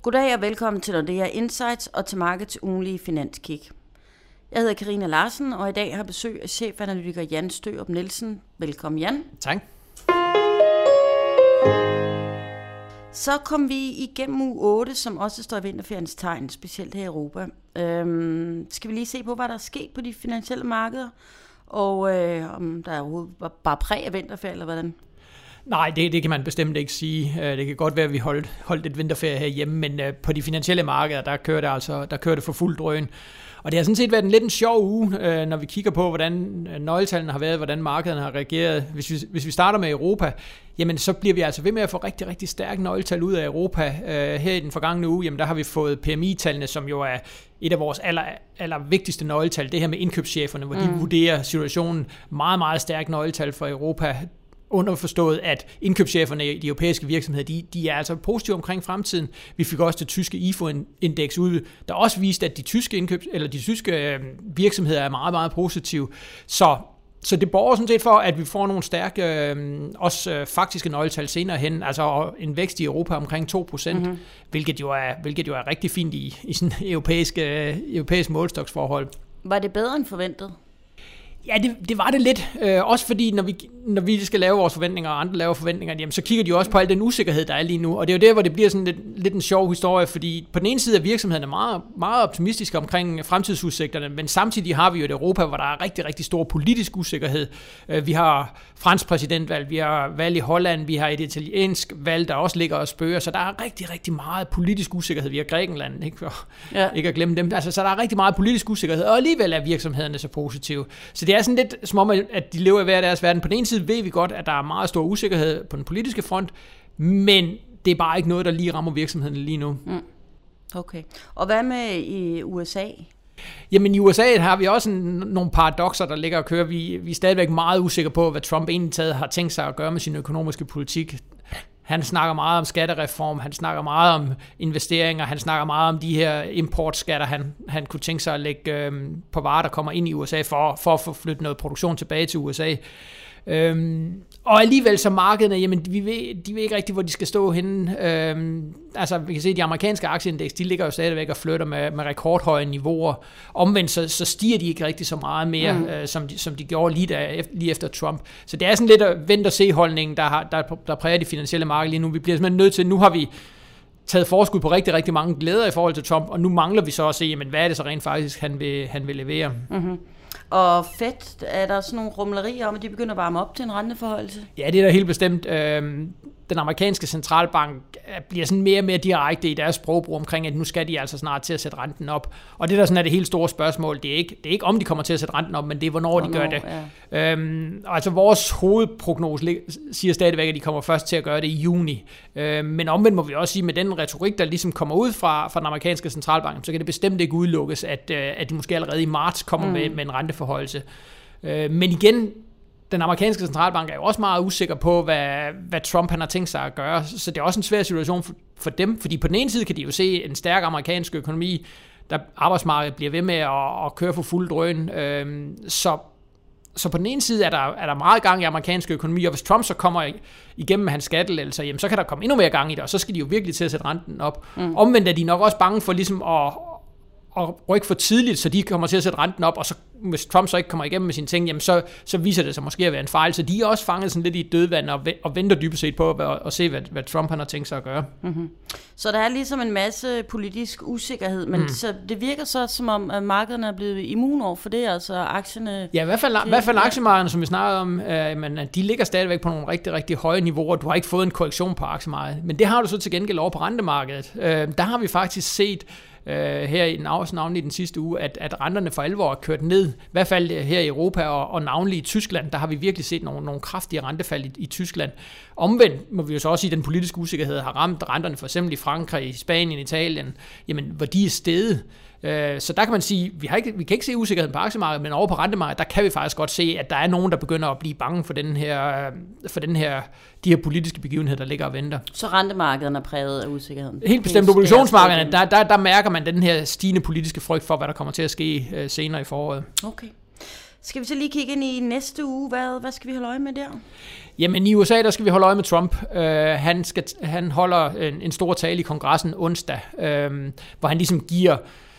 Goddag og velkommen til Nordea Insights og til Markets ugenlige finanskig. Jeg hedder Karina Larsen, og i dag har besøg af chefanalytiker Jan Størup Nielsen. Velkommen, Jan. Tak. Så kom vi igennem uge 8, som også står i vinterferiens tegn, specielt her i Europa. Skal vi lige se på, hvad der er sket på de finansielle markeder, og om der er overhovedet bare præg af vinterferie, eller hvordan? Nej, det kan man bestemt ikke sige. Det kan godt være, at vi holdt et vinterferie herhjemme, men på de finansielle markeder, der kører det for fuld drøn. Og det har sådan set været lidt en sjov uge, når vi kigger på, hvordan nøgletallene har været, hvordan markederne har reageret. Hvis vi starter med Europa, jamen så bliver vi altså ved med at få rigtig, rigtig stærke nøgletal ud af Europa. Her i den forgangne uge, jamen der har vi fået PMI-tallene, som jo er et af vores aller vigtigste nøgletal. Det her med indkøbscheferne, hvor de vurderer situationen. Meget, meget stærk nøgletal for Europa. Underforstået, at indkøbscheferne i de europæiske virksomheder, de er altså positive omkring fremtiden. Vi fik også det tyske IFO-indeks ud, der også viste, at de tyske virksomheder er meget, meget positive. Så det borger sådan set for, at vi får nogle stærke, også faktiske nøgletal senere hen, altså en vækst i Europa omkring 2%, hvilket jo er rigtig fint i sådan europæisk målstoksforhold. Var det bedre end forventet? Ja, det var det lidt. Også fordi, når vi skal lave vores forventninger, og andre laver forventninger, jamen, så kigger de også på al den usikkerhed, der er lige nu. Og det er jo der, hvor det bliver sådan lidt en sjov historie, fordi på den ene side er virksomhederne meget, meget optimistiske omkring fremtidsudsigterne, men samtidig har vi jo et Europa, hvor der er rigtig, rigtig stor politisk usikkerhed. Vi har fransk præsidentvalg, vi har valg i Holland, vi har et italiensk valg, der også ligger og spørger, så der er rigtig, rigtig meget politisk usikkerhed. Vi har Grækenland, ikke at glemme dem. Altså, så der er rigtig meget politisk usikkerhed, og alligevel er virksomhederne så positive. Så det er sådan lidt som om, at de lever i hver deres verden. På den ene side ved vi godt, at der er meget stor usikkerhed på den politiske front, men det er bare ikke noget, der lige rammer virksomhederne lige nu. Okay. Og hvad med i USA? Jamen i USA har vi også nogle paradokser, der ligger og kører. Vi er stadigvæk meget usikre på, hvad Trump egentlig har tænkt sig at gøre med sin økonomiske politik. Han snakker meget om skattereform, han snakker meget om investeringer, han snakker meget om de her importskatter, han kunne tænke sig at lægge på varer, der kommer ind i USA, for at få flyttet noget produktion tilbage til USA. Og alligevel så markederne, jamen de ved ikke rigtig, hvor de skal stå henne. Altså vi kan se, at de amerikanske aktieindeks, de ligger jo stadigvæk og flytter med rekordhøje niveauer. Omvendt så stiger de ikke rigtig så meget mere, som de gjorde lige efter Trump. Så det er sådan lidt at vente og se holdningen, der præger de finansielle marked lige nu. Vi bliver simpelthen nødt til, nu har vi taget forskud på rigtig, rigtig mange glæder i forhold til Trump, og nu mangler vi så at se, jamen, hvad er det så rent faktisk, han vil levere. Og Fed, er der sådan nogle rumlerier om, at de begynder at varme op til en renteforholdelse? Ja, det er da helt bestemt. Den amerikanske centralbank bliver sådan mere og mere direkte i deres sprogbrug omkring, at nu skal de altså snart til at sætte renten op. Og det der sådan er det helt store spørgsmål, det er ikke om de kommer til at sætte renten op, men det er hvornår de gør det. Ja. Altså vores hovedprognose siger stadigvæk, at de kommer først til at gøre det i juni. Men omvendt må vi også sige, med den retorik, der ligesom kommer ud fra den amerikanske centralbank, så kan det bestemt ikke udelukkes, at de måske allerede i marts kommer med en renteforhøjelse. Men igen, den amerikanske centralbank er jo også meget usikker på, hvad Trump han har tænkt sig at gøre. Så det er også en svær situation for dem, fordi på den ene side kan de jo se en stærk amerikansk økonomi, der arbejdsmarkedet bliver ved med at køre for fuld drøn. Så på den ene side er der meget gang i amerikansk økonomi, og hvis Trump så kommer igennem med hans skattelettelser, jamen så kan der komme endnu mere gang i det, og så skal de jo virkelig til at sætte renten op. Omvendt er de nok også bange for ligesom at rykke for tidligt, så de kommer til at sætte renten op, og så hvis Trump så ikke kommer igennem med sine ting, jamen så viser det sig måske at være en fejl. Så de er også fanget sådan lidt i et dødvand og venter dybest set på at se, hvad Trump han har tænkt sig at gøre. Så der er ligesom en masse politisk usikkerhed, men så det virker så, som om at markederne er blevet immun over for det, altså aktierne... Ja, i hvert fald aktiemarkederne, som vi snakkede om, men de ligger stadigvæk på nogle rigtig, rigtig høje niveauer. Du har ikke fået en korrektion på aktiemarkedet, men det har du så til gengæld over på rentemarkedet. Der har vi faktisk set her i den sidste uge, at renterne for alvor er kørt ned, i hvert fald her i Europa og navnlig i Tyskland. Der har vi virkelig set nogle kraftige rentefald i Tyskland. Omvendt må vi jo så også sige, at den politiske usikkerhed har ramt renterne for eksempel i Frankrig, i Spanien, Italien, jamen hvor de er steget. Så der kan man sige, vi kan ikke se usikkerheden på aktiemarkedet, men over på rentemarkedet, der kan vi faktisk godt se, at der er nogen, der begynder at blive bange for de her politiske begivenheder, der ligger og venter. Så rentemarkederne er præget af usikkerheden? Helt bestemt. Obligationsmarkederne, der mærker man den her stigende politiske frygt for, hvad der kommer til at ske senere i foråret. Okay. Skal vi så lige kigge ind i næste uge? Hvad skal vi holde øje med der? Jamen i USA, der skal vi holde øje med Trump. Han holder en stor tale i kongressen onsdag, hvor han ligesom giver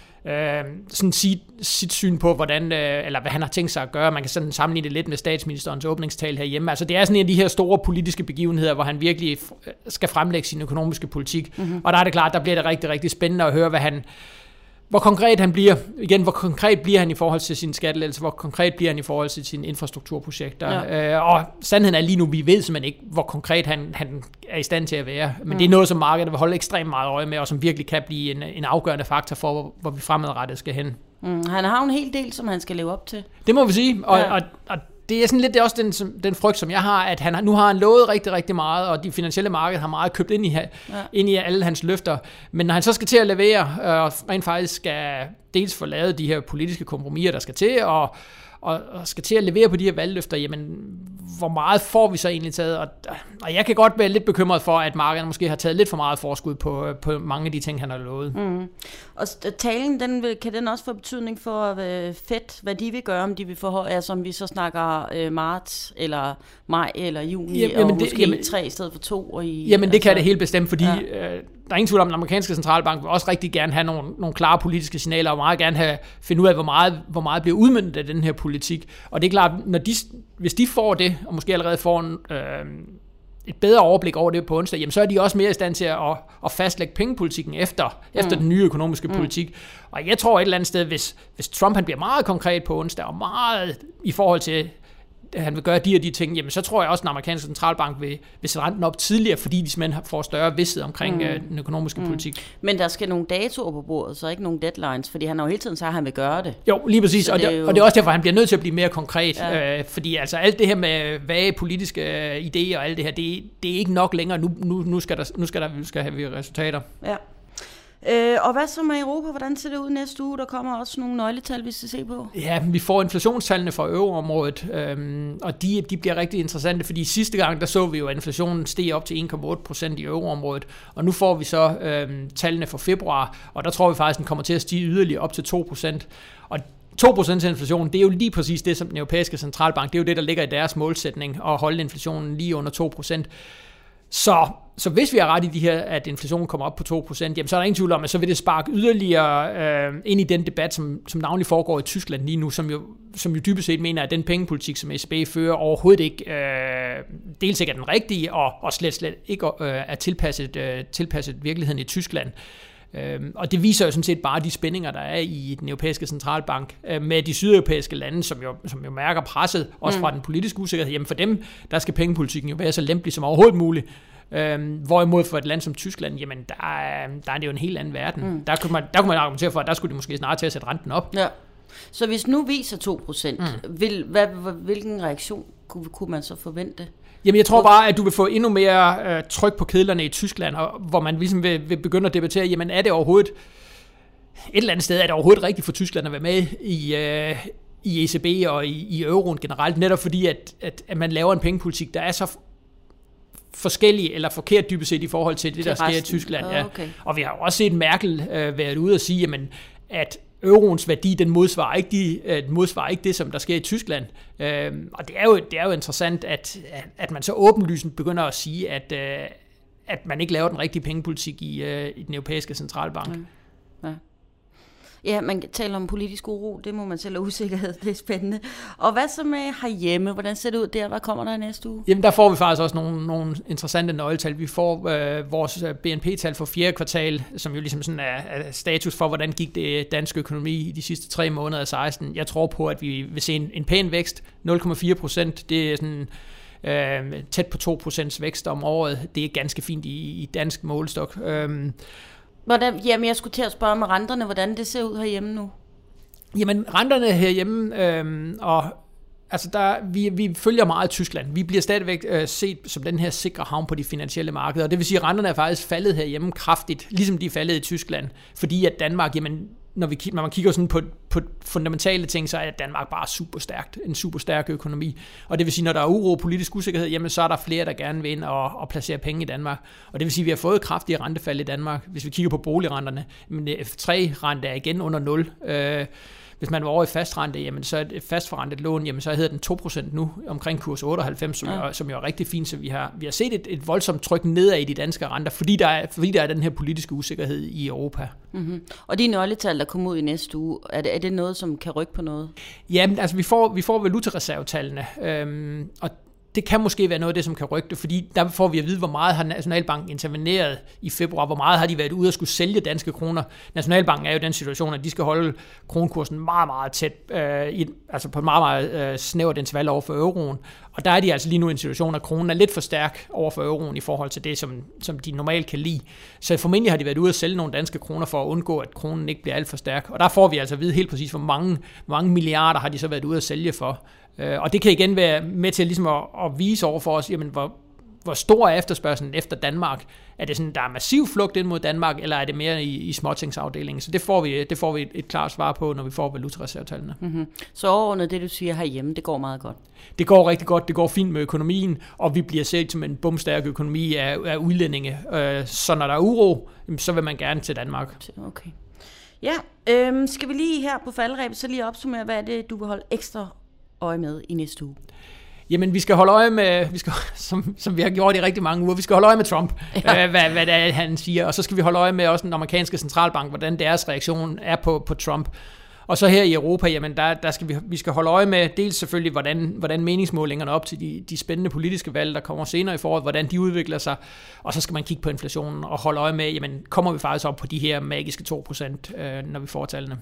sådan sit syn på, hvordan, eller hvad han har tænkt sig at gøre. Man kan sådan sammenligne det lidt med statsministerens åbningstale herhjemme. Altså det er sådan en af de her store politiske begivenheder, hvor han virkelig skal fremlægge sin økonomiske politik. Mm-hmm. Og der er det klart, der bliver det rigtig, rigtig spændende at høre, hvor konkret han bliver. Igen, hvor konkret bliver han i forhold til sine skattelettelser, hvor konkret bliver han i forhold til sine infrastrukturprojekter. Ja. Og sandheden er lige nu, vi ved simpelthen ikke, hvor konkret han er i stand til at være. Men det er noget, som markedet vil holde ekstremt meget øje med, og som virkelig kan blive en afgørende faktor for, hvor vi fremadrettet skal hen. Han har en hel del, som han skal leve op til. Det må vi sige, og det er sådan lidt, det er også den frygt, som jeg har, at nu har han lovet rigtig, rigtig meget, og de finansielle markeder har meget købt ind i alle hans løfter. Men når han så skal til at levere, og rent faktisk skal dels få lavet de her politiske kompromiser, der skal til, og skal til at levere på de her valgløfter, jamen, hvor meget får vi så egentlig taget? Og jeg kan godt være lidt bekymret for, at markederne måske har taget lidt for meget forskud på mange af de ting, han har lovet. Mm. Og talen, kan den også få betydning for Fed, hvad de vil gøre, om de vil forhøje, altså om vi så snakker marts, eller maj, eller juni, og måske 3 i stedet for 2? Det kan det helt bestemt, fordi der er ingen tvivl om, at den amerikanske centralbank vil også rigtig gerne have nogle klare politiske signaler, og meget gerne finde ud af, hvor meget bliver udmøntet af den her politik. Og det er klart, hvis de får det, og måske allerede får et bedre overblik over det på onsdag, jamen så er de også mere i stand til at fastlægge pengepolitikken efter den nye økonomiske politik. Og jeg tror et eller andet sted, hvis Trump han bliver meget konkret på onsdag, og meget i forhold til han vil gøre de og de ting, jamen så tror jeg også, at den amerikanske centralbank vil sætte renten op tidligere, fordi de simpelthen får større vidsthed omkring den økonomiske politik. Men der skal nogle datoer på bordet, så ikke nogle deadlines, fordi han har jo hele tiden sagt, at han vil gøre det. Jo, lige præcis, og det er også derfor, han bliver nødt til at blive mere konkret, fordi altså alt det her med vage politiske idéer og alt det her, det er ikke nok længere. Nu skal vi resultater. Ja. Og hvad så med Europa? Hvordan ser det ud næste uge? Der kommer også nogle nøgletal, vi skal se på. Ja, vi får inflationstallene fra euroområdet, og de bliver rigtig interessante, fordi sidste gang, der så vi jo, at inflationen steg op til 1,8% i euroområdet, og nu får vi så tallene for februar, og der tror vi faktisk, den kommer til at stige yderligere op til 2%. Og 2% inflation, det er jo lige præcis det, som den europæiske centralbank, det er jo det, der ligger i deres målsætning, at holde inflationen lige under 2%. Så hvis vi har ret i at inflationen kommer op på 2%, jamen så er der ingen tvivl om, at så vil det sparke yderligere ind i den debat, som navnlig foregår i Tyskland lige nu, som jo dybest set mener, at den pengepolitik, som ECB fører, overhovedet ikke, dels ikke er den rigtige, og slet ikke er tilpasset virkeligheden i Tyskland. Og det viser jo sådan set bare de spændinger, der er i den europæiske centralbank med de sydeuropæiske lande, som jo mærker presset, også fra den politiske usikkerhed. Jamen for dem, der skal pengepolitikken jo være så lempelig som overhovedet muligt. Hvorimod for et land som Tyskland, jamen der er det jo en helt anden verden. Der kunne man argumentere for, at der skulle de måske snart til at sætte renten op. Ja. Så hvis nu viser 2%, hvilken reaktion kunne man så forvente? Jamen jeg tror bare, at du vil få endnu mere tryk på kedlerne i Tyskland, og hvor man ligesom vil begynde at debattere, jamen er det overhovedet et eller andet sted, er det overhovedet rigtigt for Tyskland at være med i ECB og i euroen generelt, netop fordi, at man laver en pengepolitik, der er så forskellige eller forkert dybest set i forhold til det, der sker i Tyskland. Ja. Okay. Og vi har også set Merkel været ude og sige, jamen, at euroens værdi, den modsvarer ikke det, som der sker i Tyskland. Og det er jo interessant, at man så åbenlyst begynder at sige, at man ikke laver den rigtige pengepolitik i den europæiske centralbank. Ja. Ja, man taler om politisk uro, det må man selv have usikkerhed, det er spændende. Og hvad så med herhjemme? Hvordan ser det ud der? Hvad kommer der næste uge? Jamen, der får vi faktisk også nogle interessante nøgletal. Vi får vores BNP-tal for 4. kvartal, som jo ligesom sådan er status for, hvordan gik det danske økonomi i de sidste 3 måneder af 16. Jeg tror på, at vi vil se en pæn vækst, 0,4%. Det er sådan tæt på 2% vækst om året. Det er ganske fint i dansk målestok. Jamen, jeg skulle til at spørge med renterne, hvordan det ser ud herhjemme nu. Jamen, renterne herhjemme, vi følger meget Tyskland. Vi bliver stadigvæk set som den her sikre havn på de finansielle markeder. Det vil sige, at renterne er faktisk faldet herhjemme kraftigt, ligesom de er faldet i Tyskland. Fordi at Danmark, jamen, når man kigger sådan på fundamentale ting, så er Danmark bare en super stærk økonomi. Og det vil sige, når der er uro og politisk usikkerhed, jamen så er der flere, der gerne vil ind og placere penge i Danmark. Og det vil sige, at vi har fået kraftige rentefald i Danmark. Hvis vi kigger på boligrenterne, men F3-rente er igen under 0. Hvis man var over i fastrente, jamen så et fastforrentet lån, jamen så hedder den 2% nu, omkring kurs 98, som jo er rigtig fint, så vi har set et voldsomt tryk nedad i de danske renter, fordi der er den her politiske usikkerhed i Europa. Mm-hmm. Og de nøgletal, der kommer ud i næste uge, er det noget, som kan rykke på noget? Jamen, altså vi får valutareservetallene, og det kan måske være noget af det, som kan rykke det, fordi der får vi at vide, hvor meget har Nationalbanken interveneret i februar, hvor meget har de været ude at skulle sælge danske kroner. Nationalbanken er jo i den situation, at de skal holde kronkursen meget, meget tæt, altså på et meget, meget snævert interval over for euroen, og der er de altså lige nu i en situation, at kronen er lidt for stærk over for euroen i forhold til det, som de normalt kan lide. Så formentlig har de været ude at sælge nogle danske kroner for at undgå, at kronen ikke bliver alt for stærk, og der får vi altså at vide helt præcis, hvor mange milliarder har de så været ude at sælge for. Og det kan igen være med til ligesom at vise over for os, jamen, hvor stor er efterspørgselen efter Danmark? Er det sådan, der er massiv flugt ind mod Danmark, eller er det mere i småtingsafdelingen? Så det får vi et klart svar på, når vi får valutareservetallene. Mm-hmm. Så overordnet det, du siger herhjemme, det går meget godt? Det går rigtig godt, det går fint med økonomien, og vi bliver set som en bumstærk økonomi af udlændinge. Så når der er uro, så vil man gerne til Danmark. Okay. Ja, skal vi lige her på falderebet så lige opsummere, hvad er det, du vil holde ekstra øje med i næste uge? Jamen, vi skal holde øje med, som vi har gjort i rigtig mange uger, vi skal holde øje med Trump, hvad det er, han siger, og så skal vi holde øje med også den amerikanske centralbank, hvordan deres reaktion er på Trump. Og så her i Europa, jamen der skal vi skal holde øje med dels selvfølgelig, hvordan meningsmålingerne op til de spændende politiske valg, der kommer senere i foråret, hvordan de udvikler sig, og så skal man kigge på inflationen og holde øje med, jamen kommer vi faktisk op på de her magiske 2%, når vi får tallene.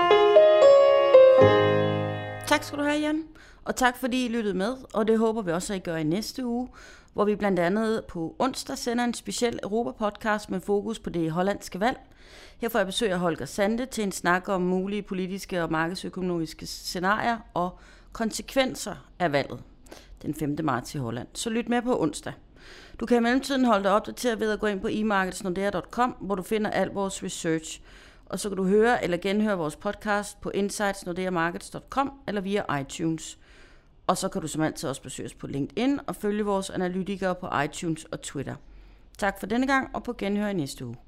Tak skal du have, Jan. Og tak fordi I lyttede med, og det håber vi også, at I gør i næste uge, hvor vi blandt andet på onsdag sender en speciel Europa-podcast med fokus på det hollandske valg. Her får jeg besøg af Holger Sande til en snak om mulige politiske og markedsøkonomiske scenarier og konsekvenser af valget den 5. marts i Holland. Så lyt med på onsdag. Du kan i mellemtiden holde dig opdateret ved at gå ind på emarketsnordea.com, hvor du finder al vores research. Og så kan du høre eller genhøre vores podcast på insightsnordeamarkets.com eller via iTunes. Og så kan du som altid også besøge os på LinkedIn og følge vores analytikere på iTunes og Twitter. Tak for denne gang, og på genhør i næste uge.